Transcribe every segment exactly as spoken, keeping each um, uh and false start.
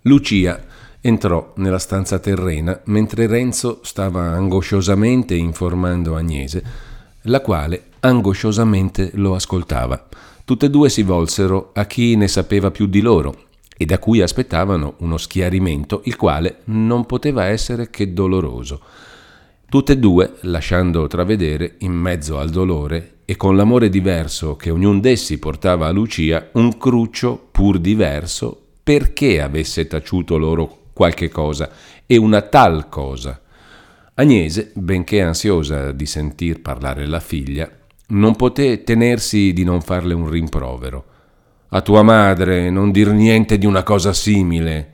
Lucia entrò nella stanza terrena mentre Renzo stava angosciosamente informando Agnese, la quale angosciosamente lo ascoltava. Tutte e due si volsero a chi ne sapeva più di loro e da cui aspettavano uno schiarimento, il quale non poteva essere che doloroso. Tutte e due, lasciando travedere, in mezzo al dolore e con l'amore diverso che ognun d'essi portava a Lucia, un cruccio pur diverso, perché avesse taciuto loro qualche cosa, e una tal cosa. Agnese, benché ansiosa di sentir parlare la figlia, non poté tenersi di non farle un rimprovero. A tua madre non dir niente di una cosa simile.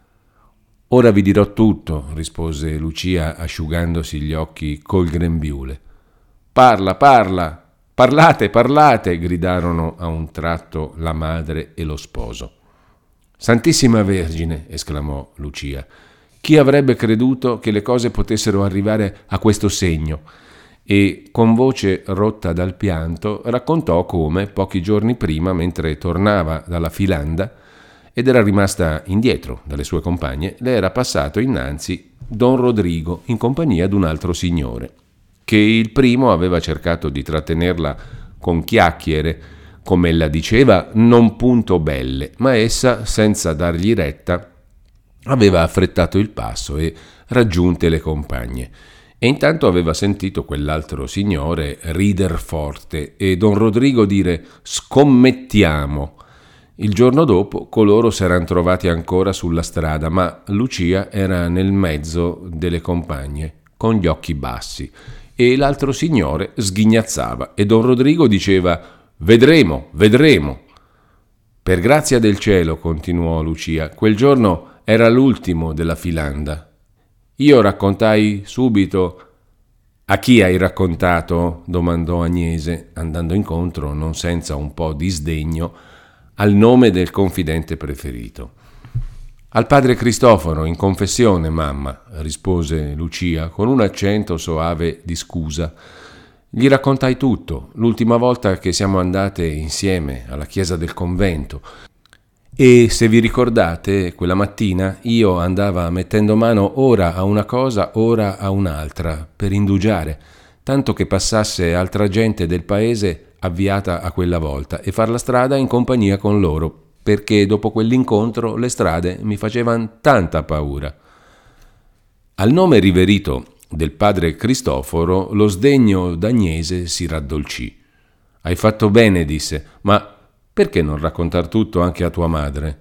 Ora vi dirò tutto, rispose Lucia asciugandosi gli occhi col grembiule. Parla, parla, parlate, parlate, gridarono a un tratto la madre e lo sposo. Santissima Vergine, esclamò Lucia, chi avrebbe creduto che le cose potessero arrivare a questo segno? E con voce rotta dal pianto raccontò come, pochi giorni prima, mentre tornava dalla filanda ed era rimasta indietro dalle sue compagne, le era passato innanzi Don Rodrigo in compagnia d'un altro signore, che il primo aveva cercato di trattenerla con chiacchiere, come ella diceva, non punto belle, ma essa, senza dargli retta, aveva affrettato il passo e raggiunte le compagne. E intanto aveva sentito quell'altro signore rider forte e Don Rodrigo dire «scommettiamo». Il giorno dopo coloro s'eran trovati ancora sulla strada, ma Lucia era nel mezzo delle compagne, con gli occhi bassi, e l'altro signore sghignazzava, e Don Rodrigo diceva «vedremo, vedremo». «Per grazia del cielo», continuò Lucia, «quel giorno era l'ultimo della filanda. Io raccontai subito». «A chi hai raccontato?» domandò Agnese, andando incontro, non senza un po' di sdegno, al nome del confidente preferito. «Al padre Cristoforo, in confessione, mamma», rispose Lucia, con un accento soave di scusa. «Gli raccontai tutto, l'ultima volta che siamo andate insieme alla chiesa del convento. E se vi ricordate, quella mattina io andava mettendo mano ora a una cosa, ora a un'altra, per indugiare, tanto che passasse altra gente del paese avviata a quella volta e far la strada in compagnia con loro, perché dopo quell'incontro le strade mi facevano tanta paura». Al nome riverito del padre Cristoforo lo sdegno d'Agnese si raddolcì. «Hai fatto bene», disse, «ma perché non raccontar tutto anche a tua madre?»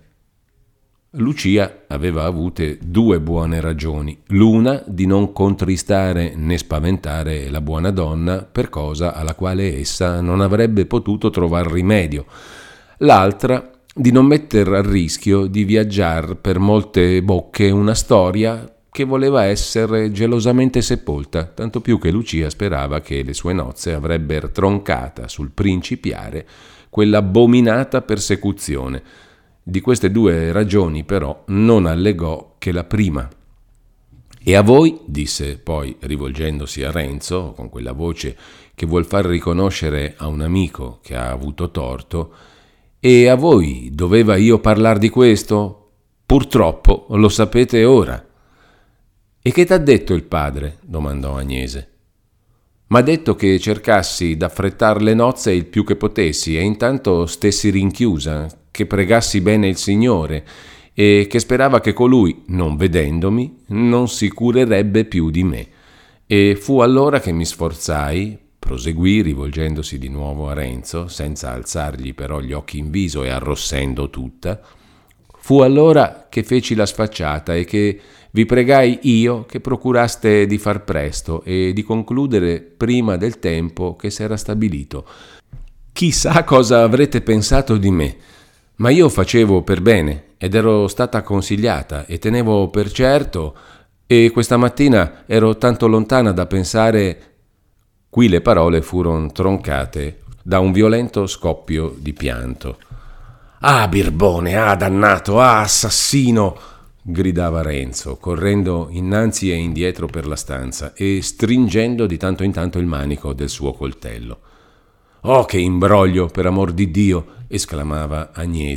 Lucia aveva avute due buone ragioni, l'una di non contristare né spaventare la buona donna per cosa alla quale essa non avrebbe potuto trovar rimedio, l'altra di non metter a rischio di viaggiar per molte bocche una storia che voleva essere gelosamente sepolta, tanto più che Lucia sperava che le sue nozze avrebbero troncata sul principiare quell'abominata persecuzione. Di queste due ragioni però non allegò che la prima. «E a voi», disse poi rivolgendosi a Renzo con quella voce che vuol far riconoscere a un amico che ha avuto torto, «e a voi doveva io parlar di questo? Purtroppo lo sapete ora». «E che t'ha detto il padre?» domandò Agnese. «M'ha detto che cercassi d'affrettar le nozze il più che potessi e intanto stessi rinchiusa, che pregassi bene il Signore e che sperava che colui, non vedendomi, non si curerebbe più di me. E fu allora che mi sforzai», proseguì rivolgendosi di nuovo a Renzo, senza alzargli però gli occhi in viso e arrossendo tutta, «fu allora che feci la sfacciata e che vi pregai io che procuraste di far presto e di concludere prima del tempo che s'era stabilito. Chissà cosa avrete pensato di me, ma io facevo per bene ed ero stata consigliata e tenevo per certo, e questa mattina ero tanto lontana da pensare». Qui le parole furono troncate da un violento scoppio di pianto. «Ah, birbone, ah, dannato, ah, assassino!» gridava Renzo, correndo innanzi e indietro per la stanza e stringendo di tanto in tanto il manico del suo coltello. «Oh, che imbroglio, per amor di Dio!» esclamava Agnese,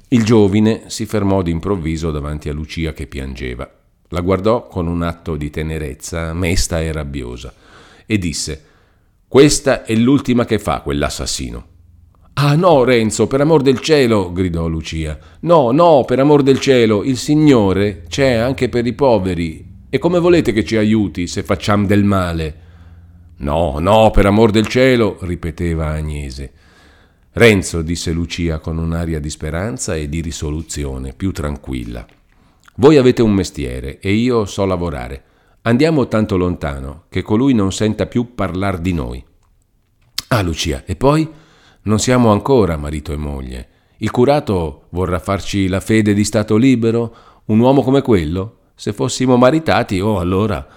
Il giovine si fermò d'improvviso davanti a Lucia che piangeva. La guardò con un atto di tenerezza mesta e rabbiosa e disse: «Questa è l'ultima che fa quell'assassino». «Ah no, Renzo, per amor del cielo!» gridò Lucia. «No, no, per amor del cielo, il Signore c'è anche per i poveri. E come volete che ci aiuti se facciam del male?» «No, no, per amor del cielo!» ripeteva Agnese. «Renzo», disse Lucia con un'aria di speranza e di risoluzione più tranquilla, «voi avete un mestiere e io so lavorare. Andiamo tanto lontano che colui non senta più parlar di noi». «Ah, Lucia, e poi? Non siamo ancora marito e moglie. Il curato vorrà farci la fede di stato libero? Un uomo come quello? Se fossimo maritati, oh allora...»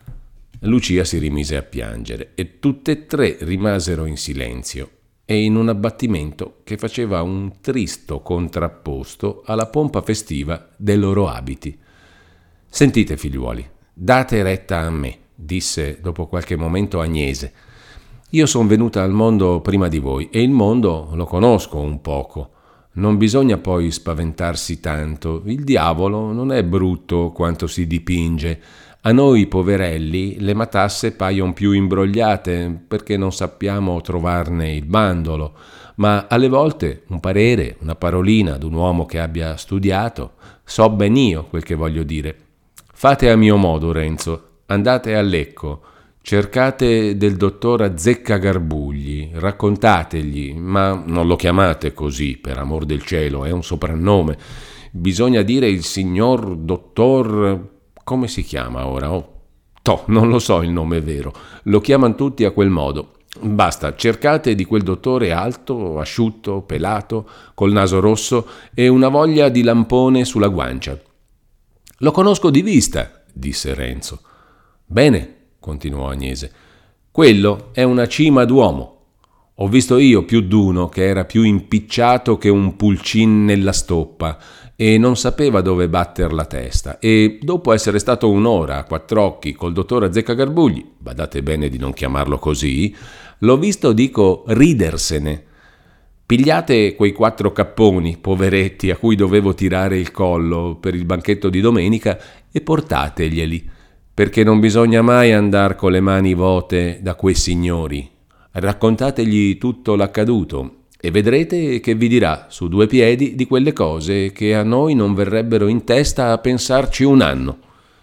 Lucia si rimise a piangere e tutte e tre rimasero in silenzio e in un abbattimento che faceva un tristo contrapposto alla pompa festiva dei loro abiti. «Sentite, figliuoli, date retta a me», disse dopo qualche momento Agnese. «Io sono venuta al mondo prima di voi e il mondo lo conosco un poco. Non bisogna poi spaventarsi tanto. Il diavolo non è brutto quanto si dipinge. A noi poverelli le matasse paiono più imbrogliate perché non sappiamo trovarne il bandolo, ma alle volte un parere, una parolina d'un uomo che abbia studiato, so ben io quel che voglio dire. Fate a mio modo, Renzo, andate a Lecco, cercate del dottor Azzecagarbugli, raccontategli, ma non lo chiamate così, per amor del cielo, è un soprannome. Bisogna dire il signor dottor... come si chiama ora? Oh, toh, non lo so il nome vero, lo chiamano tutti a quel modo. Basta, cercate di quel dottore alto, asciutto, pelato, col naso rosso e una voglia di lampone sulla guancia». «Lo conosco di vista», disse Renzo. «Bene», continuò Agnese, «quello è una cima d'uomo. Ho visto io più d'uno che era più impicciato che un pulcin nella stoppa e non sapeva dove batter la testa, e dopo essere stato un'ora a quattr'occhi col dottor Azzecagarbugli, badate bene di non chiamarlo così, l'ho visto, dico, ridersene. Pigliate quei quattro capponi, poveretti, a cui dovevo tirare il collo per il banchetto di domenica, e portateglieli, perché non bisogna mai andar con le mani vuote da quei signori. Raccontategli tutto l'accaduto e vedrete che vi dirà su due piedi di quelle cose che a noi non verrebbero in testa a pensarci un anno».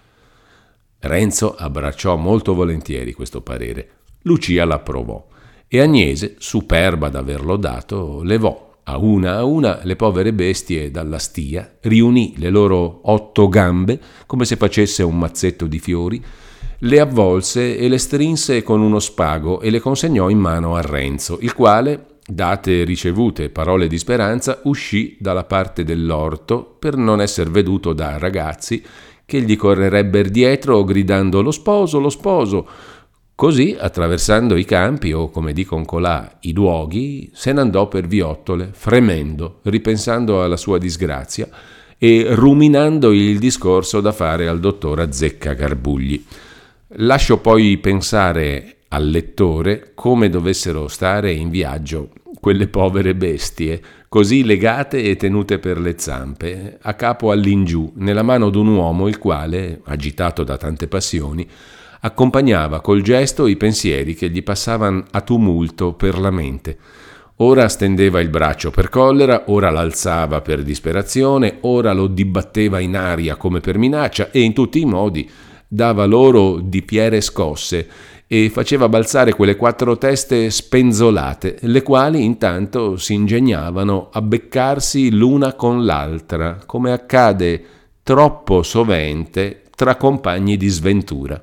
Renzo abbracciò molto volentieri questo parere. Lucia l'approvò e Agnese, superba d'averlo dato, levò a una a una le povere bestie dalla stia, riunì le loro otto gambe come se facesse un mazzetto di fiori, le avvolse e le strinse con uno spago e le consegnò in mano a Renzo, il quale, date ricevute parole di speranza, uscì dalla parte dell'orto per non esser veduto da ragazzi che gli correrebbero dietro gridando «Lo sposo, lo sposo!». Così, attraversando i campi, o come dicono colà, i luoghi, se ne andò per viottole, fremendo, ripensando alla sua disgrazia e ruminando il discorso da fare al dottor Azzecagarbugli. Lascio poi pensare al lettore come dovessero stare in viaggio quelle povere bestie, così legate e tenute per le zampe, a capo all'ingiù, nella mano d'un uomo il quale, agitato da tante passioni, accompagnava col gesto i pensieri che gli passavano a tumulto per la mente. Ora stendeva il braccio per collera, ora l'alzava per disperazione, ora lo dibatteva in aria come per minaccia e in tutti i modi dava loro di piere scosse e faceva balzare quelle quattro teste spenzolate, le quali intanto si ingegnavano a beccarsi l'una con l'altra, come accade troppo sovente tra compagni di sventura.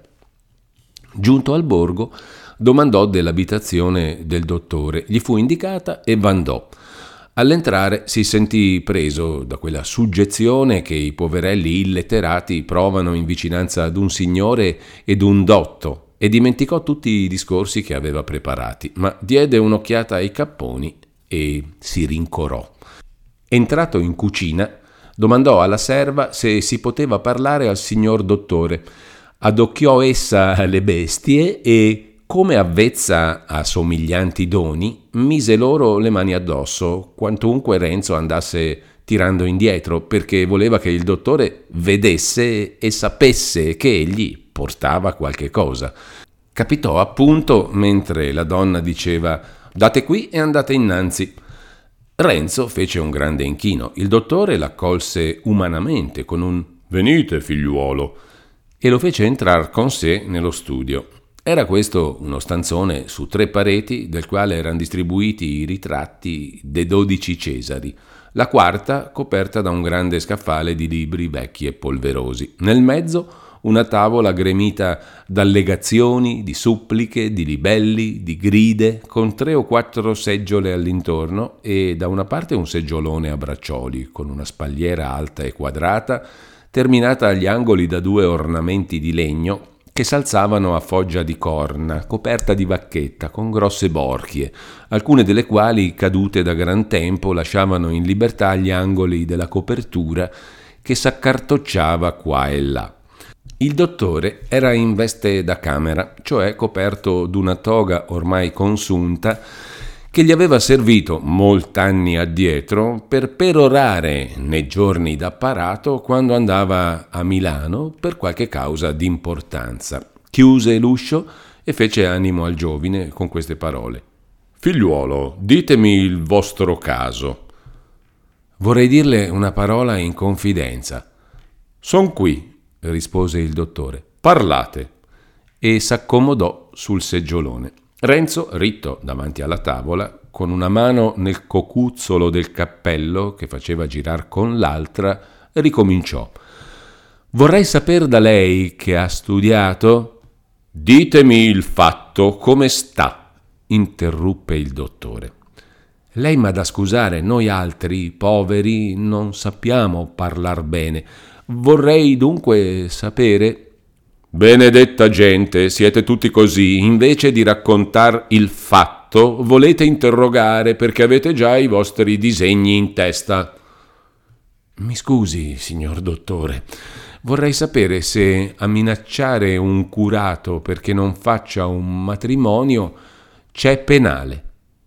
Giunto al borgo, domandò dell'abitazione del dottore, gli fu indicata e vandò. All'entrare si sentì preso da quella suggezione che i poverelli illetterati provano in vicinanza ad un signore ed un dotto e dimenticò tutti i discorsi che aveva preparati, ma diede un'occhiata ai capponi e si rincorò. Entrato in cucina, domandò alla serva se si poteva parlare al signor dottore. Adocchiò essa le bestie e, come avvezza a somiglianti doni, mise loro le mani addosso, quantunque Renzo andasse tirando indietro, perché voleva che il dottore vedesse e sapesse che egli portava qualche cosa. Capitò appunto mentre la donna diceva «Date qui e andate innanzi». Renzo fece un grande inchino. Il dottore l'accolse umanamente con un «Venite, figliuolo», e lo fece entrar con sé nello studio. Era questo uno stanzone su tre pareti del quale erano distribuiti i ritratti dei dodici Cesari, la quarta coperta da un grande scaffale di libri vecchi e polverosi. Nel mezzo una tavola gremita d'allegazioni, di suppliche, di libelli, di gride, con tre o quattro seggiole all'intorno e da una parte un seggiolone a braccioli, con una spalliera alta e quadrata, terminata agli angoli da due ornamenti di legno che s'alzavano a foggia di corna, coperta di bacchetta, con grosse borchie, alcune delle quali, cadute da gran tempo, lasciavano in libertà gli angoli della copertura che s'accartocciava qua e là. Il dottore era in veste da camera, cioè coperto d'una toga ormai consunta che gli aveva servito molt'anni addietro per perorare nei giorni d'apparato quando andava a Milano per qualche causa d'importanza. Chiuse l'uscio e fece animo al giovine con queste parole. «Figliuolo, ditemi il vostro caso». «Vorrei dirle una parola in confidenza». «Son qui», rispose il dottore. «Parlate». E s'accomodò sul seggiolone. Renzo, ritto davanti alla tavola, con una mano nel cocuzzolo del cappello che faceva girar con l'altra, ricominciò. «Vorrei saper da lei che ha studiato». «Ditemi il fatto come sta», interruppe il dottore. «Lei m'ha da scusare, noi altri, poveri, non sappiamo parlar bene. Vorrei dunque sapere». «Benedetta gente, siete tutti così, invece di raccontar il fatto, volete interrogare perché avete già i vostri disegni in testa». «Mi scusi, signor dottore, vorrei sapere se a minacciare un curato perché non faccia un matrimonio c'è penale».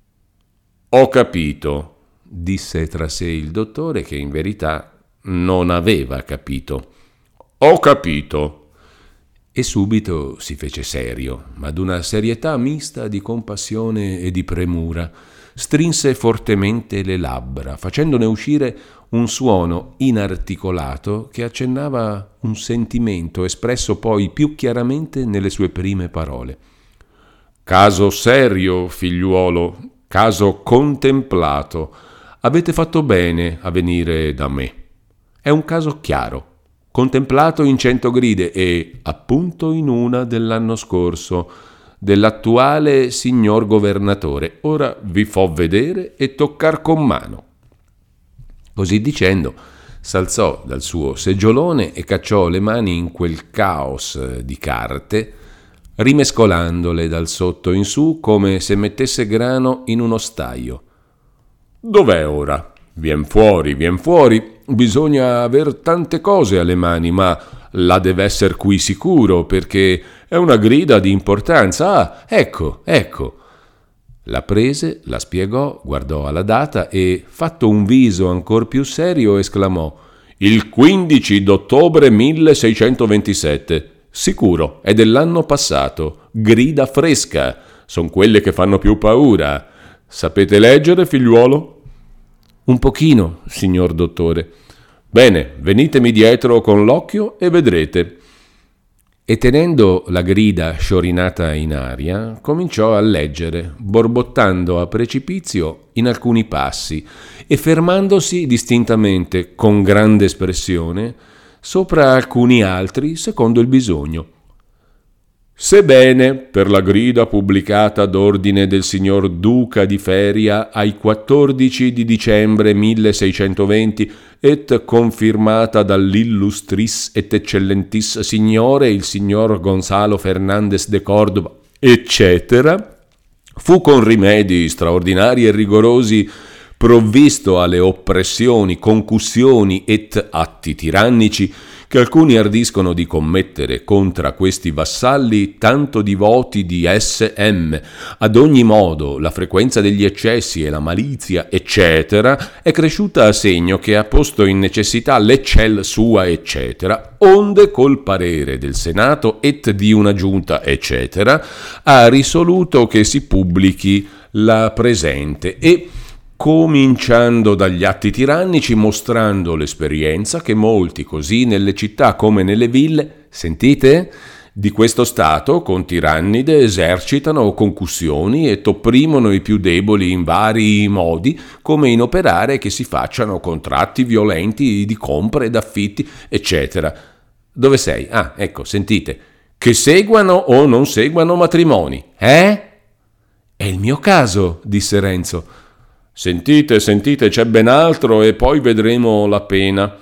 «Ho capito», disse tra sé il dottore, che in verità non aveva capito. «Ho capito». E subito si fece serio, ma d'una serietà mista di compassione e di premura. Strinse fortemente le labbra, facendone uscire un suono inarticolato che accennava un sentimento espresso poi più chiaramente nelle sue prime parole. «Caso serio, figliuolo, caso contemplato. Avete fatto bene a venire da me. È un caso chiaro, contemplato in cento gride e appunto in una dell'anno scorso, dell'attuale signor governatore. Ora vi fo vedere e toccar con mano». Così dicendo, s'alzò dal suo seggiolone e cacciò le mani in quel caos di carte, rimescolandole dal sotto in su come se mettesse grano in uno staio. «Dov'è ora? Vien fuori, vien fuori. Bisogna aver tante cose alle mani, ma la deve esser qui sicuro, perché è una grida di importanza. Ah, ecco, ecco». La prese, la spiegò, guardò alla data e, fatto un viso ancor più serio, esclamò: «Il quindici d'ottobre milleseicentoventisette. Sicuro, è dell'anno passato. Grida fresca. Son quelle che fanno più paura. Sapete leggere, figliuolo?» «Un pochino, signor dottore». «Bene, venitemi dietro con l'occhio e vedrete». E tenendo la grida sciorinata in aria, cominciò a leggere, borbottando a precipizio in alcuni passi e fermandosi distintamente, con grande espressione, sopra alcuni altri secondo il bisogno. «Sebbene, per la grida pubblicata d'ordine del signor Duca di Feria ai quattordici di dicembre milleseicentoventi et confirmata dall'illustris et eccellentis signore il signor Gonzalo Fernandez de Cordova, eccetera, fu con rimedi straordinari e rigorosi provvisto alle oppressioni, concussioni et atti tirannici che alcuni ardiscono di commettere contra questi vassalli tanto di voti di S M. Ad ogni modo, la frequenza degli eccessi e la malizia, eccetera, è cresciuta a segno che ha posto in necessità l'eccel sua, eccetera, onde col parere del Senato et di una giunta, eccetera, ha risoluto che si pubblichi la presente e, cominciando dagli atti tirannici, mostrando l'esperienza che molti, così nelle città come nelle ville, sentite, di questo Stato con tirannide esercitano concussioni e t'opprimono i più deboli in vari modi, come inoperare che si facciano contratti violenti di compra ed affitti, eccetera. Dove sei? Ah, ecco, sentite. Che seguano o non seguano matrimoni, eh? È il mio caso, disse Renzo. Sentite, sentite, c'è ben altro e poi vedremo la pena.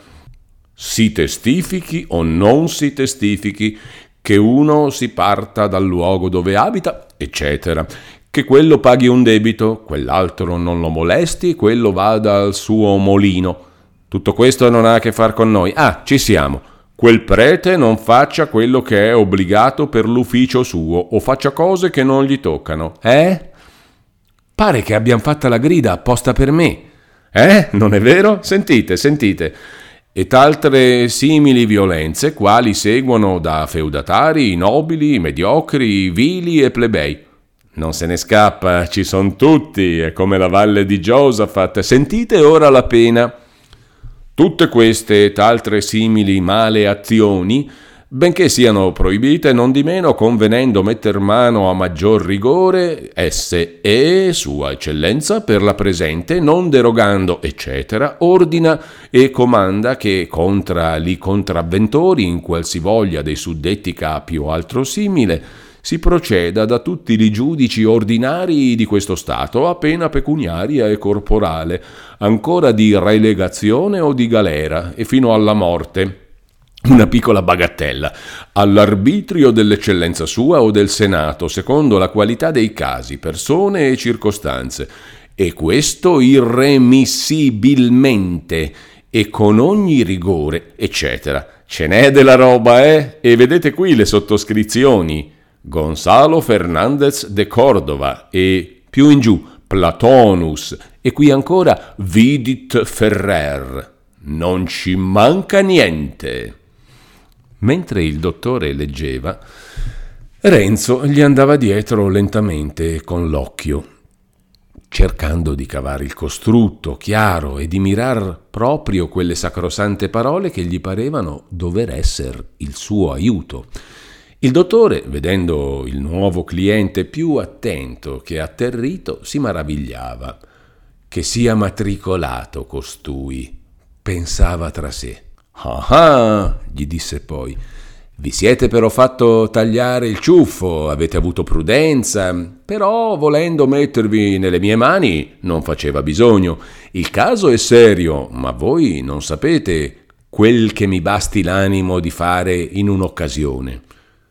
Si testifichi o non si testifichi, che uno si parta dal luogo dove abita, eccetera, che quello paghi un debito, quell'altro non lo molesti, quello vada al suo molino. Tutto questo non ha a che far con noi. Ah, ci siamo. Quel prete non faccia quello che è obbligato per l'ufficio suo o faccia cose che non gli toccano, eh? Pare che abbiam fatta la grida apposta per me. Eh? Non è vero? Sentite, sentite. E t'altre simili violenze, quali seguono da feudatari, nobili, mediocri, vili e plebei. Non se ne scappa, ci son tutti, è come la valle di Giosafat. Sentite ora la pena. Tutte queste e altre simili male azioni, benché siano proibite, non di meno convenendo metter mano a maggior rigore, esse e Sua Eccellenza per la presente, non derogando, eccetera, ordina e comanda che contra li contravventori in qualsivoglia dei suddetti capi o altro simile si proceda da tutti i giudici ordinari di questo Stato a pena pecuniaria e corporale, ancora di relegazione o di galera, e fino alla morte. Una piccola bagattella, all'arbitrio dell'eccellenza sua o del Senato, secondo la qualità dei casi, persone e circostanze, e questo irremissibilmente e con ogni rigore, eccetera. Ce n'è della roba, eh? E vedete qui le sottoscrizioni. Gonzalo Fernandez de Cordova e più in giù Platonus e qui ancora Vidit Ferrer. Non ci manca niente. Mentre il dottore leggeva, Renzo gli andava dietro lentamente con l'occhio, cercando di cavare il costrutto chiaro e di mirar proprio quelle sacrosante parole che gli parevano dover esser il suo aiuto. Il dottore, vedendo il nuovo cliente più attento che atterrito, si maravigliava. Che sia matricolato costui, pensava tra sé. Ah ah, gli disse poi, vi siete però fatto tagliare il ciuffo, avete avuto prudenza, però volendo mettervi nelle mie mani non faceva bisogno. Il caso è serio, ma voi non sapete quel che mi basti l'animo di fare in un'occasione.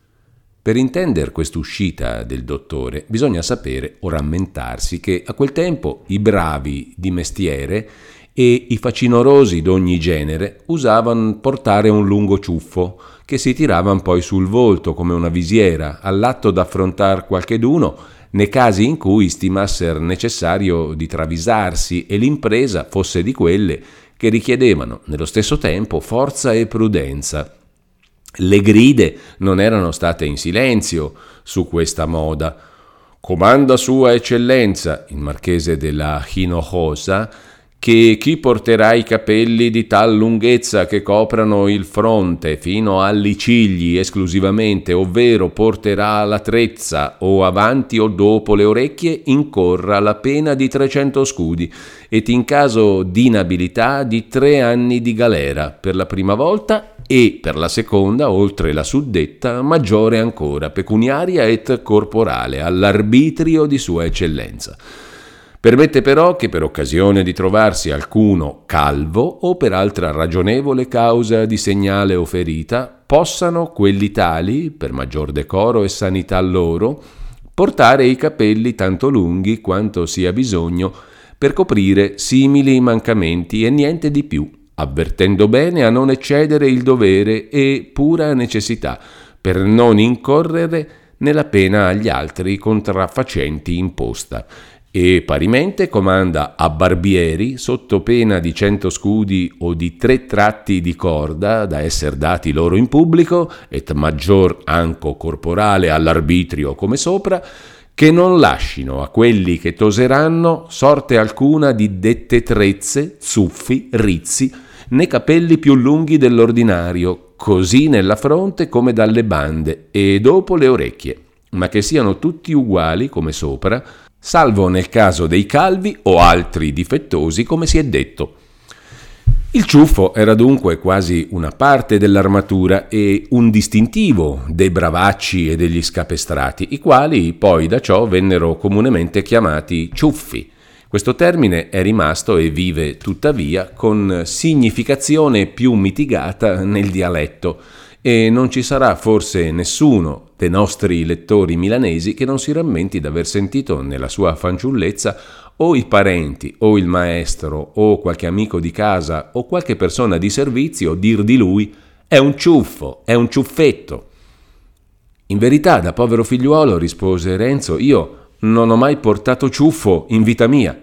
Per intendere quest'uscita del dottore bisogna sapere o rammentarsi che a quel tempo i bravi di mestiere e i facinorosi d'ogni genere usavano portare un lungo ciuffo che si tiravan poi sul volto come una visiera all'atto d'affrontar qualcheduno nei casi in cui stimasser necessario di travisarsi e l'impresa fosse di quelle che richiedevano nello stesso tempo forza e prudenza. Le gride non erano state in silenzio su questa moda. Comanda Sua Eccellenza, il marchese della Hinojosa, che chi porterà i capelli di tal lunghezza che coprano il fronte fino agli cigli esclusivamente, ovvero porterà la trezza o avanti o dopo le orecchie, incorra la pena di trecento scudi et in caso di inabilità di tre anni di galera per la prima volta e per la seconda, oltre la suddetta, maggiore ancora, pecuniaria et corporale, all'arbitrio di Sua Eccellenza. Permette però che per occasione di trovarsi alcuno calvo o per altra ragionevole causa di segnale o ferita, possano quelli tali, per maggior decoro e sanità loro, portare i capelli tanto lunghi quanto sia bisogno per coprire simili mancamenti e niente di più, avvertendo bene a non eccedere il dovere e pura necessità, per non incorrere nella pena agli altri contraffacenti imposta. E parimente comanda a barbieri, sotto pena di cento scudi o di tre tratti di corda da esser dati loro in pubblico, et maggior anco corporale all'arbitrio come sopra, che non lascino a quelli che toseranno sorte alcuna di dette trezze, zuffi, rizzi, né capelli più lunghi dell'ordinario, così nella fronte come dalle bande, e dopo le orecchie, ma che siano tutti uguali come sopra, salvo nel caso dei calvi o altri difettosi, come si è detto. Il ciuffo era dunque quasi una parte dell'armatura e un distintivo dei bravacci e degli scapestrati, i quali poi da ciò vennero comunemente chiamati ciuffi. Questo termine è rimasto e vive tuttavia con significazione più mitigata nel dialetto, e non ci sarà forse nessuno dei nostri lettori milanesi che non si rammenti d'aver sentito nella sua fanciullezza o i parenti o il maestro o qualche amico di casa o qualche persona di servizio dir di lui: è un ciuffo, è un ciuffetto. In verità, da povero figliuolo, rispose Renzo, io non ho mai portato ciuffo in vita mia.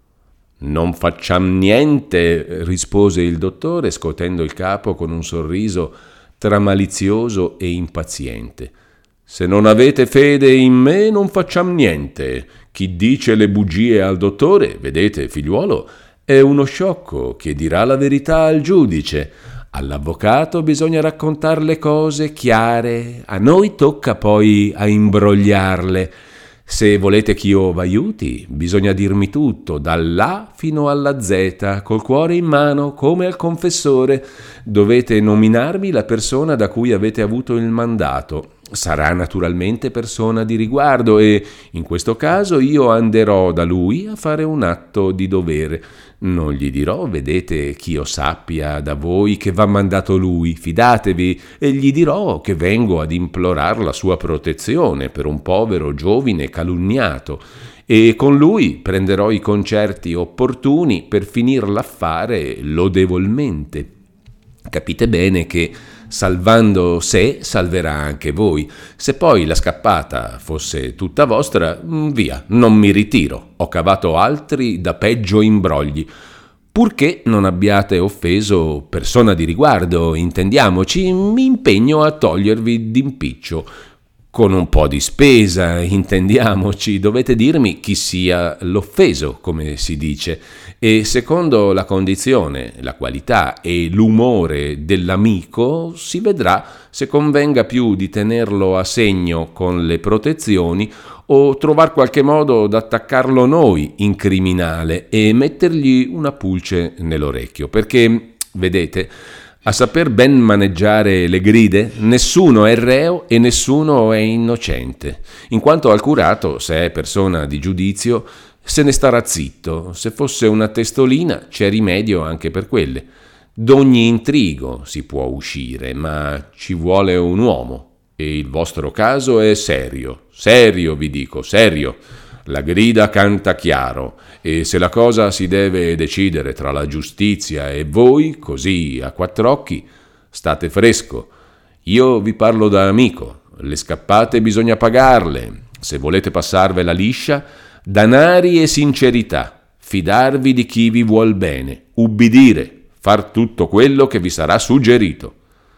Non facciam niente, rispose il dottore, scotendo il capo con un sorriso tra malizioso e impaziente. Se non avete fede in me, non facciam niente. Chi dice le bugie al dottore, vedete, figliuolo, è uno sciocco che dirà la verità al giudice. All'avvocato bisogna raccontar le cose chiare, a noi tocca poi a imbrogliarle. Se volete che io v'aiuti, bisogna dirmi tutto, dall'A fino alla Z, col cuore in mano, come al confessore. Dovete nominarmi la persona da cui avete avuto il mandato. Sarà naturalmente persona di riguardo e, in questo caso, io anderò da lui a fare un atto di dovere. Non gli dirò, vedete, ch'io sappia da voi che v'ha mandato lui, fidatevi, e gli dirò che vengo ad implorar la sua protezione per un povero giovine calunniato, e con lui prenderò i concerti opportuni per finir l'affare lodevolmente. Capite bene che salvando sé salverà anche voi. Se poi la scappata fosse tutta vostra, via, non mi ritiro, ho cavato altri da peggio imbrogli, purché non abbiate offeso persona di riguardo, intendiamoci, mi impegno a togliervi d'impiccio. Con un po' di spesa, intendiamoci, dovete dirmi chi sia l'offeso, come si dice, e secondo la condizione, la qualità e l'umore dell'amico si vedrà se convenga più di tenerlo a segno con le protezioni o trovar qualche modo d'attaccarlo noi in criminale e mettergli una pulce nell'orecchio, perché, vedete, a saper ben maneggiare le gride, nessuno è reo e nessuno è innocente, in quanto al curato, se è persona di giudizio, se ne starà zitto. Se fosse una testolina, c'è rimedio anche per quelle. D'ogni intrigo si può uscire, ma ci vuole un uomo, e il vostro caso è serio, serio vi dico, serio. La grida canta chiaro, e se la cosa si deve decidere tra la giustizia e voi, così a quattr'occhi, state fresco. Io vi parlo da amico, le scappate bisogna pagarle, se volete passarvela liscia, danari e sincerità, fidarvi di chi vi vuol bene, ubbidire, far tutto quello che vi sarà suggerito.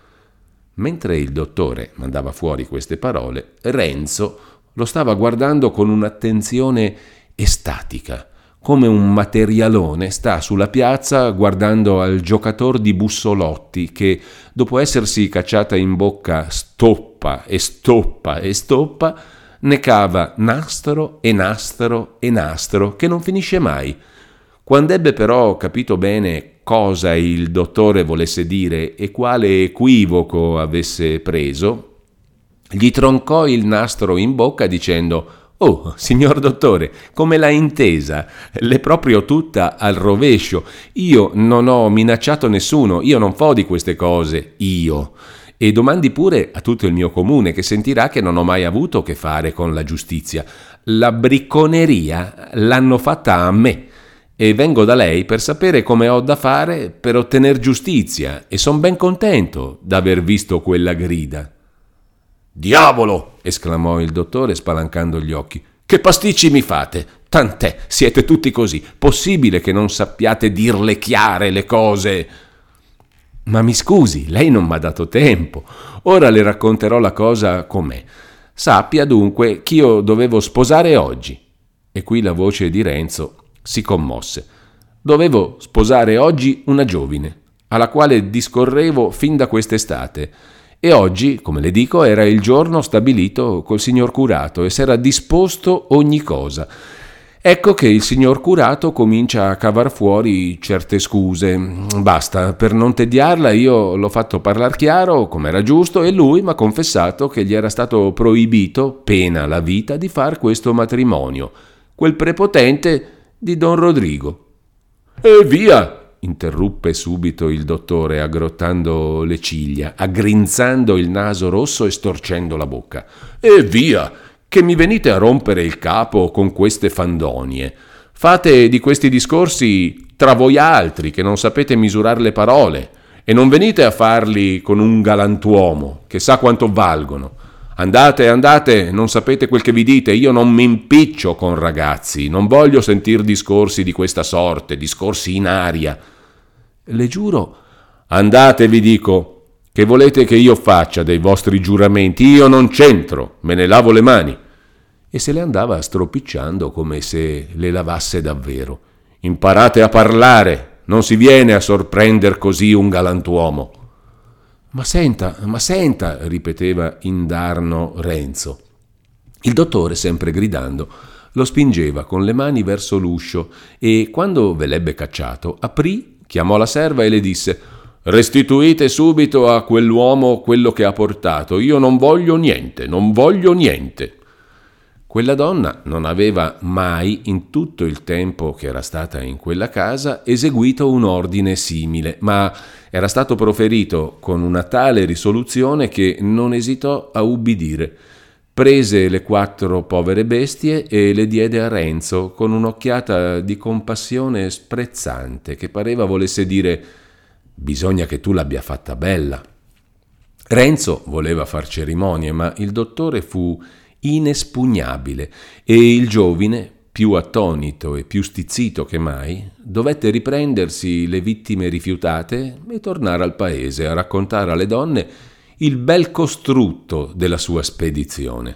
Mentre il dottore mandava fuori queste parole, Renzo lo stava guardando con un'attenzione estatica, come un materialone sta sulla piazza guardando al giocator di bussolotti che, dopo essersi cacciata in bocca stoppa e stoppa e stoppa, ne cava nastro e nastro e nastro che non finisce mai. Quando ebbe però capito bene cosa il dottore volesse dire e quale equivoco avesse preso, gli troncò il nastro in bocca dicendo: «Oh, signor dottore, come l'ha intesa? L'è proprio tutta al rovescio. Io non ho minacciato nessuno, io non fo di queste cose, io. E domandi pure a tutto il mio comune, che sentirà che non ho mai avuto che fare con la giustizia. La bricconeria l'hanno fatta a me. e vengo da lei per sapere come ho da fare per ottener giustizia e son ben contento d'aver visto quella grida». «Diavolo!» esclamò il dottore spalancando gli occhi. «Che pasticci mi fate? Tant'è, siete tutti così. Possibile che non sappiate dirle chiare le cose?» «Ma mi scusi, lei non m'ha dato tempo. Ora le racconterò la cosa com'è. Sappia dunque ch'io dovevo sposare oggi». E qui la voce di Renzo si commosse. «Dovevo sposare oggi una giovine, alla quale discorrevo fin da quest'estate, e oggi, come le dico, era il giorno stabilito col signor curato e s'era disposto ogni cosa. Ecco che il signor curato comincia a cavar fuori certe scuse. Basta, per non tediarla io l'ho fatto parlar chiaro, come era giusto, e lui m'ha confessato che gli era stato proibito, pena la vita, di far questo matrimonio, quel prepotente di don Rodrigo». «E via!» interruppe subito il dottore, aggrottando le ciglia, aggrinzando il naso rosso e storcendo la bocca. «E via! Che mi venite a rompere il capo con queste fandonie. Fate di questi discorsi tra voi altri che non sapete misurare le parole, e non venite a farli con un galantuomo che sa quanto valgono. Andate, andate, non sapete quel che vi dite, io non mi impiccio con ragazzi, non voglio sentir discorsi di questa sorte, discorsi in aria». «Le giuro». «Andate, vi dico. Che volete che io faccia dei vostri giuramenti? Io non c'entro, me ne lavo le mani». E se le andava stropicciando come se le lavasse davvero. «Imparate a parlare, non si viene a sorprender così un galantuomo». «Ma senta, ma senta», ripeteva indarno Renzo. Il dottore, sempre gridando, lo spingeva con le mani verso l'uscio e, quando ve l'ebbe cacciato, aprì, chiamò la serva e le disse: «Restituite subito a quell'uomo quello che ha portato, io non voglio niente, non voglio niente». Quella donna non aveva mai, in tutto il tempo che era stata in quella casa, eseguito un ordine simile, ma era stato proferito con una tale risoluzione che non esitò a ubbidire. Prese le quattro povere bestie e le diede a Renzo con un'occhiata di compassione sprezzante che pareva volesse dire: «Bisogna che tu l'abbia fatta bella». Renzo voleva far cerimonie, ma il dottore fu inespugnabile e il giovine, più attonito e più stizzito che mai, dovette riprendersi le vittime rifiutate e tornare al paese a raccontare alle donne il bel costrutto della sua spedizione.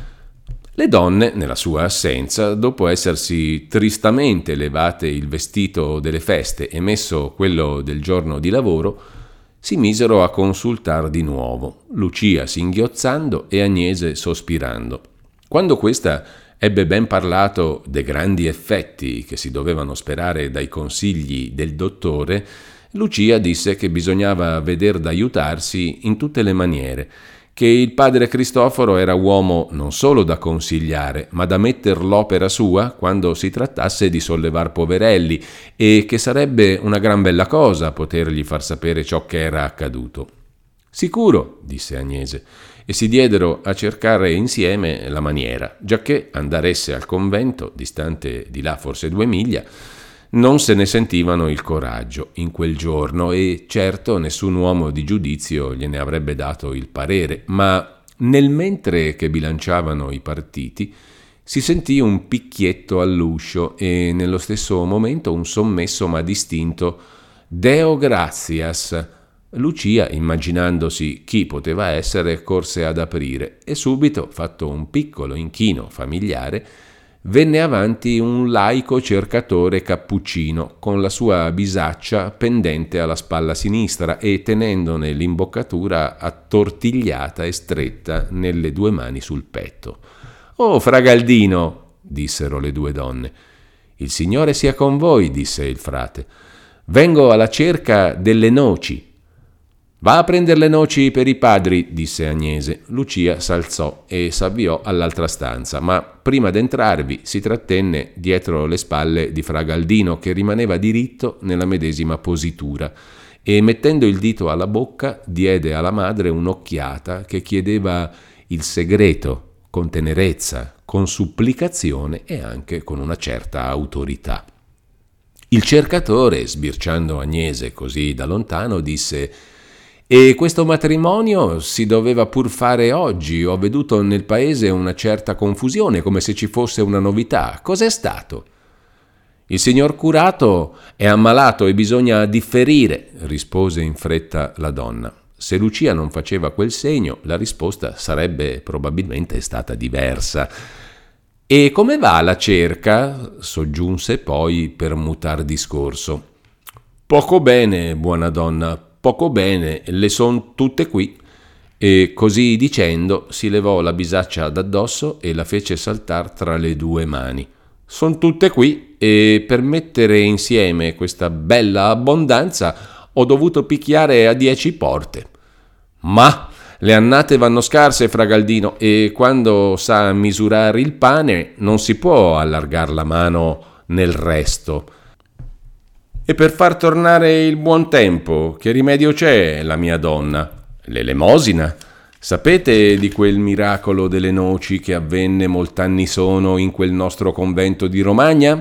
Le donne, nella sua assenza, dopo essersi tristamente levate il vestito delle feste e messo quello del giorno di lavoro, si misero a consultar di nuovo, Lucia singhiozzando e Agnese sospirando. Quando questa ebbe ben parlato dei grandi effetti che si dovevano sperare dai consigli del dottore, Lucia disse che bisognava veder d'aiutarsi in tutte le maniere, che il padre Cristoforo era uomo non solo da consigliare, ma da metter l'opera sua quando si trattasse di sollevar poverelli, e che sarebbe una gran bella cosa potergli far sapere ciò che era accaduto. «Sicuro», disse Agnese, e si diedero a cercare insieme la maniera, giacché andaresse al convento, distante di là forse due miglia, non se ne sentivano il coraggio in quel giorno e certo nessun uomo di giudizio gliene avrebbe dato il parere, ma nel mentre che bilanciavano i partiti si sentì un picchietto all'uscio e nello stesso momento un sommesso ma distinto «Deo gratias». Lucia, immaginandosi chi poteva essere, corse ad aprire e subito, fatto un piccolo inchino familiare, venne avanti un laico cercatore cappuccino con la sua bisaccia pendente alla spalla sinistra e tenendone l'imboccatura attortigliata e stretta nelle due mani sul petto. «Oh, Fragaldino», dissero le due donne. «Il Signore sia con voi», disse il frate. «Vengo alla cerca delle noci». «Va a prendere le noci per i padri», disse Agnese. Lucia s'alzò e s'avviò all'altra stanza, ma prima d'entrarvi si trattenne dietro le spalle di Fragaldino, che rimaneva diritto nella medesima positura, e mettendo il dito alla bocca diede alla madre un'occhiata che chiedeva il segreto con tenerezza, con supplicazione e anche con una certa autorità. Il cercatore, sbirciando Agnese così da lontano, disse: «E questo matrimonio si doveva pur fare oggi. Ho veduto nel paese una certa confusione, come se ci fosse una novità. Cos'è stato?» «Il signor curato è ammalato e bisogna differire», rispose in fretta la donna. Se Lucia non faceva quel segno, la risposta sarebbe probabilmente stata diversa. «E come va la cerca?» soggiunse poi per mutar discorso. «Poco bene, buona donna, poco bene, le son tutte qui». E così dicendo si levò la bisaccia d'addosso e la fece saltar tra le due mani. «Son tutte qui e per mettere insieme questa bella abbondanza ho dovuto picchiare a dieci porte». «Ma le annate vanno scarse, fra Galdino, e quando sa misurare il pane non si può allargar la mano nel resto». «E per far tornare il buon tempo, che rimedio c'è, la mia donna?» «L'elemosina. Sapete di quel miracolo delle noci che avvenne molt'anni sono in quel nostro convento di Romagna?»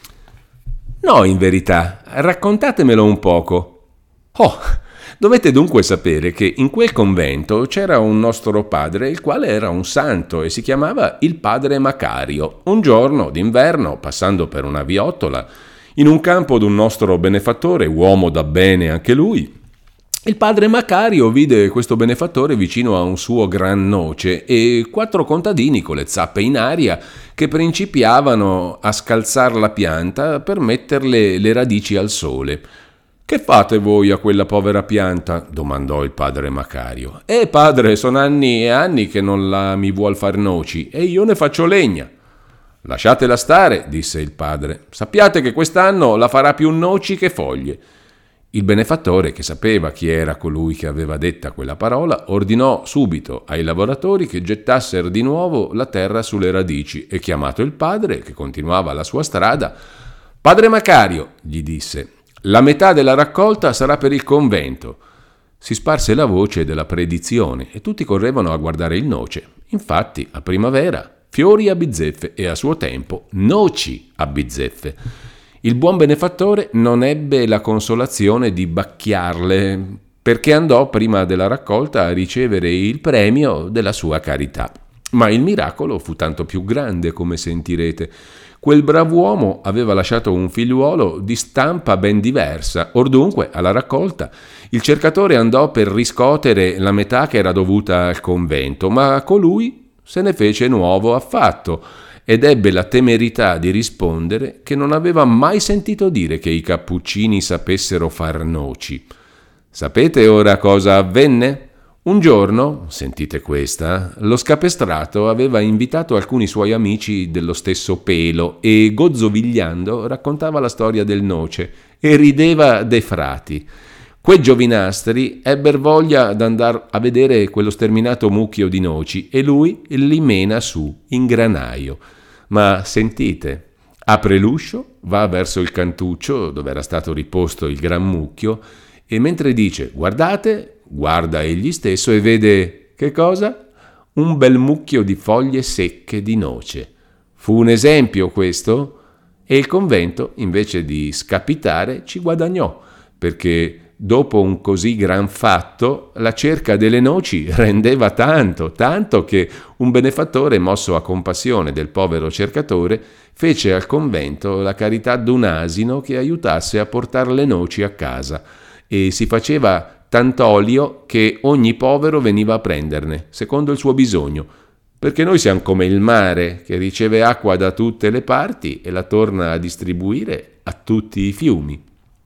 «No, in verità, raccontatemelo un poco». «Oh, dovete dunque sapere che in quel convento c'era un nostro padre, il quale era un santo e si chiamava il padre Macario. Un giorno d'inverno, passando per una viottola, in un campo d'un nostro benefattore, uomo da bene anche lui, il padre Macario vide questo benefattore vicino a un suo gran noce e quattro contadini con le zappe in aria che principiavano a scalzar la pianta per metterle le radici al sole. «Che fate voi a quella povera pianta?» domandò il padre Macario. «Eh padre, sono anni e anni che non la mi vuol far noci e io ne faccio legna». «Lasciatela stare», disse il padre. «Sappiate che quest'anno la farà più noci che foglie». Il benefattore, che sapeva chi era colui che aveva detta quella parola, ordinò subito ai lavoratori che gettassero di nuovo la terra sulle radici e, chiamato il padre, che continuava la sua strada: «Padre Macario», gli disse, «la metà della raccolta sarà per il convento». Si sparse la voce della predizione e tutti correvano a guardare il noce. Infatti, a primavera, fiori a bizzeffe e a suo tempo noci a bizzeffe. Il buon benefattore non ebbe la consolazione di bacchiarle, perché andò prima della raccolta a ricevere il premio della sua carità. Ma il miracolo fu tanto più grande, come sentirete. Quel brav'uomo aveva lasciato un figliuolo di stampa ben diversa. Or dunque, alla raccolta, il cercatore andò per riscotere la metà che era dovuta al convento, ma colui se ne fece nuovo affatto ed ebbe la temerità di rispondere che non aveva mai sentito dire che i cappuccini sapessero far noci. Sapete ora cosa avvenne? Un giorno, sentite questa, lo scapestrato aveva invitato alcuni suoi amici dello stesso pelo e, gozzovigliando, raccontava la storia del noce e rideva dei frati. Quei giovinastri ebber voglia d'andar a vedere quello sterminato mucchio di noci e lui li mena su in granaio. Ma sentite, apre l'uscio, va verso il cantuccio dove era stato riposto il gran mucchio e mentre dice «guardate», guarda egli stesso e vede, che cosa? Un bel mucchio di foglie secche di noce. Fu un esempio questo? E il convento, invece di scapitare, ci guadagnò, perché dopo un così gran fatto, la cerca delle noci rendeva tanto, tanto che un benefattore, mosso a compassione del povero cercatore, fece al convento la carità d'un asino che aiutasse a portare le noci a casa e si faceva tant'olio che ogni povero veniva a prenderne, secondo il suo bisogno, perché noi siamo come il mare che riceve acqua da tutte le parti e la torna a distribuire a tutti i fiumi.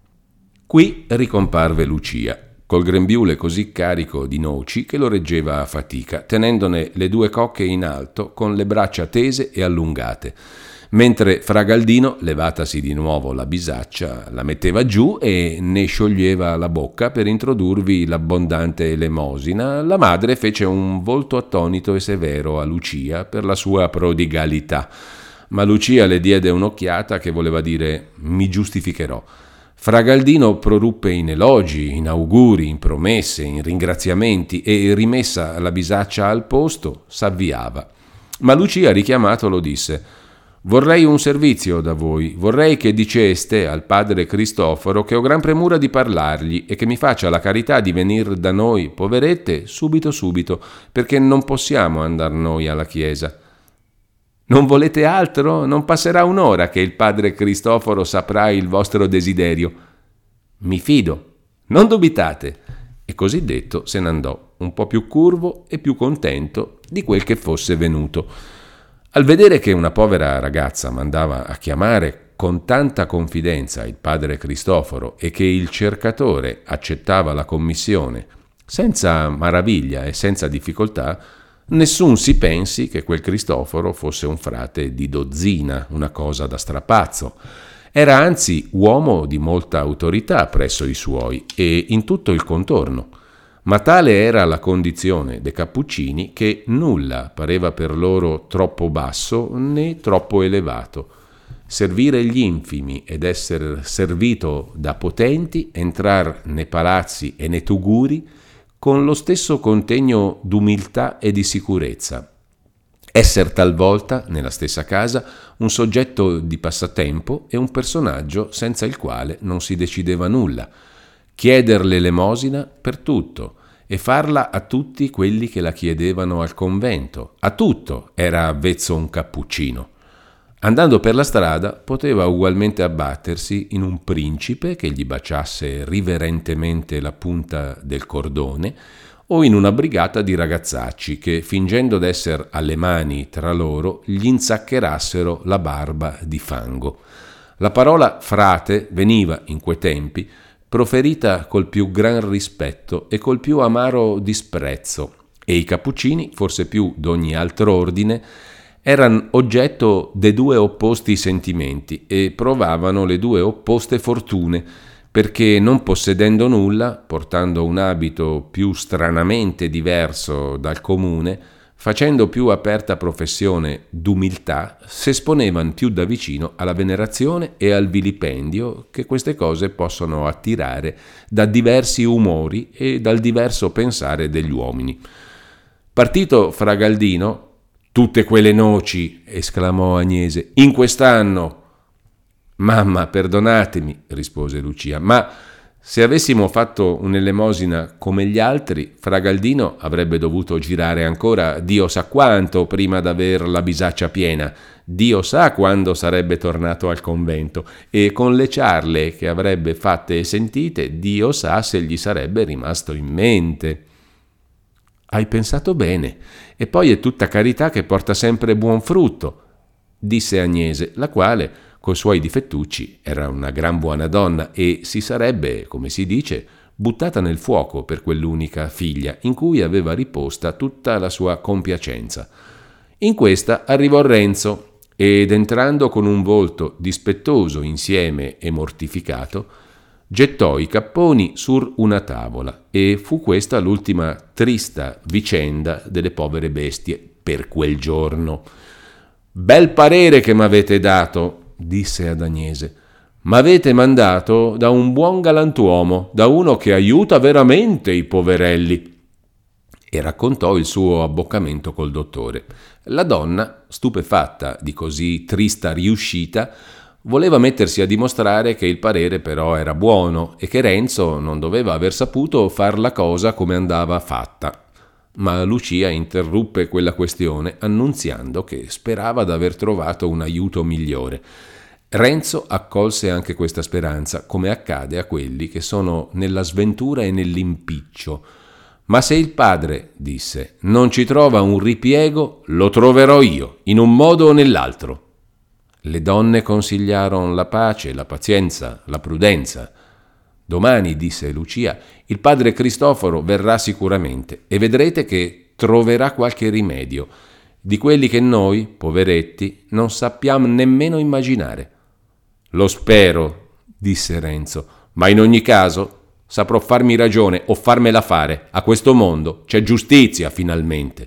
Qui ricomparve Lucia, col grembiule così carico di noci che lo reggeva a fatica, tenendone le due cocche in alto con le braccia tese e allungate, mentre fra Galdino, levatasi di nuovo la bisaccia, la metteva giù e ne scioglieva la bocca per introdurvi l'abbondante elemosina. La madre fece un volto attonito e severo a Lucia per la sua prodigalità, ma Lucia le diede un'occhiata che voleva dire «mi giustificherò». Fra Galdino proruppe in elogi, in auguri, in promesse, in ringraziamenti e, rimessa la bisaccia al posto, s'avviava. Ma Lucia, richiamato, lo disse: Vorrei un servizio da voi, vorrei che diceste al padre Cristoforo che ho gran premura di parlargli e che mi faccia la carità di venir da noi, poverette, subito subito, perché non possiamo andar noi alla chiesa. Non volete altro? Non passerà un'ora che il padre Cristoforo saprà il vostro desiderio. Mi fido, non dubitate. E così detto se n'andò, un po' più curvo e più contento di quel che fosse venuto. Al vedere che una povera ragazza mandava a chiamare con tanta confidenza il padre Cristoforo e che il cercatore accettava la commissione senza maraviglia e senza difficoltà, nessun si pensi che quel Cristoforo fosse un frate di dozzina, una cosa da strapazzo. Era anzi uomo di molta autorità presso i suoi e in tutto il contorno. Ma tale era la condizione dei Cappuccini che nulla pareva per loro troppo basso né troppo elevato. Servire gli infimi ed essere servito da potenti, entrar nei palazzi e nei tuguri con lo stesso contegno d'umiltà e di sicurezza. Esser talvolta, nella stessa casa, un soggetto di passatempo e un personaggio senza il quale non si decideva nulla. Chieder l'elemosina per tutto e farla a tutti quelli che la chiedevano al convento. A tutto era avvezzo un cappuccino. Andando per la strada poteva ugualmente abbattersi in un principe che gli baciasse riverentemente la punta del cordone o in una brigata di ragazzacci che, fingendo d'esser alle mani tra loro, gli inzaccherassero la barba di fango. La parola frate veniva, in quei tempi, proferita col più gran rispetto e col più amaro disprezzo, e i Cappuccini, forse più d'ogni altro ordine, erano oggetto de due opposti sentimenti e provavano le due opposte fortune, perché non possedendo nulla, portando un abito più stranamente diverso dal comune, facendo più aperta professione d'umiltà, s'esponevano più da vicino alla venerazione e al vilipendio che queste cose possono attirare da diversi umori e dal diverso pensare degli uomini. Partito fra Galdino, tutte quelle noci, esclamò Agnese, in quest'anno. Mamma, perdonatemi, rispose Lucia, ma se avessimo fatto un'elemosina come gli altri, fra Galdino avrebbe dovuto girare ancora Dio sa quanto prima d'aver la bisaccia piena. Dio sa quando sarebbe tornato al convento e con le ciarle che avrebbe fatte e sentite, Dio sa se gli sarebbe rimasto in mente. Hai pensato bene, e poi è tutta carità che porta sempre buon frutto, disse Agnese, la quale, coi suoi difettucci, era una gran buona donna e si sarebbe, come si dice, buttata nel fuoco per quell'unica figlia in cui aveva riposta tutta la sua compiacenza. In questa arrivò Renzo ed entrando con un volto dispettoso insieme e mortificato, gettò i capponi sur una tavola e fu questa l'ultima trista vicenda delle povere bestie per quel giorno. Bel parere che m'avete dato, disse ad Agnese. M'avete mandato da un buon galantuomo, da uno che aiuta veramente i poverelli. E raccontò il suo abboccamento col dottore. La donna, stupefatta di così trista riuscita, voleva mettersi a dimostrare che il parere però era buono e che Renzo non doveva aver saputo far la cosa come andava fatta. Ma Lucia interruppe quella questione annunziando che sperava d'aver trovato un aiuto migliore. Renzo accolse anche questa speranza, come accade a quelli che sono nella sventura e nell'impiccio. Ma se il padre, disse, non ci trova un ripiego, lo troverò io, in un modo o nell'altro. Le donne consigliarono la pace, la pazienza, la prudenza. Domani, disse Lucia, il padre Cristoforo verrà sicuramente e vedrete che troverà qualche rimedio, di quelli che noi, poveretti, non sappiamo nemmeno immaginare. Lo spero, disse Renzo, ma in ogni caso saprò farmi ragione o farmela fare. A questo mondo c'è giustizia finalmente.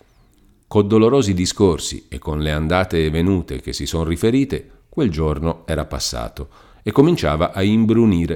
Con dolorosi discorsi e con le andate e venute che si son riferite, quel giorno era passato e cominciava a imbrunire.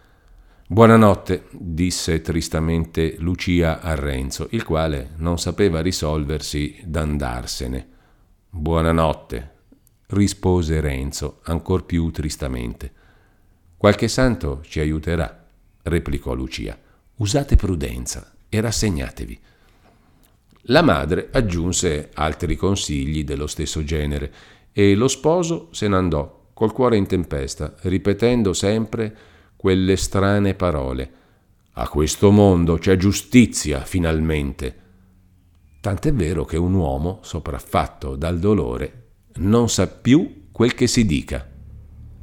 Buonanotte, disse tristamente Lucia a Renzo, il quale non sapeva risolversi d'andarsene. Buonanotte, rispose Renzo, ancor più tristamente. Qualche santo ci aiuterà, replicò Lucia. Usate prudenza e rassegnatevi. La madre aggiunse altri consigli dello stesso genere e lo sposo se n'andò col cuore in tempesta, ripetendo sempre quelle strane parole. A questo mondo c'è giustizia, finalmente. Tant'è vero che un uomo, sopraffatto dal dolore, non sa più quel che si dica.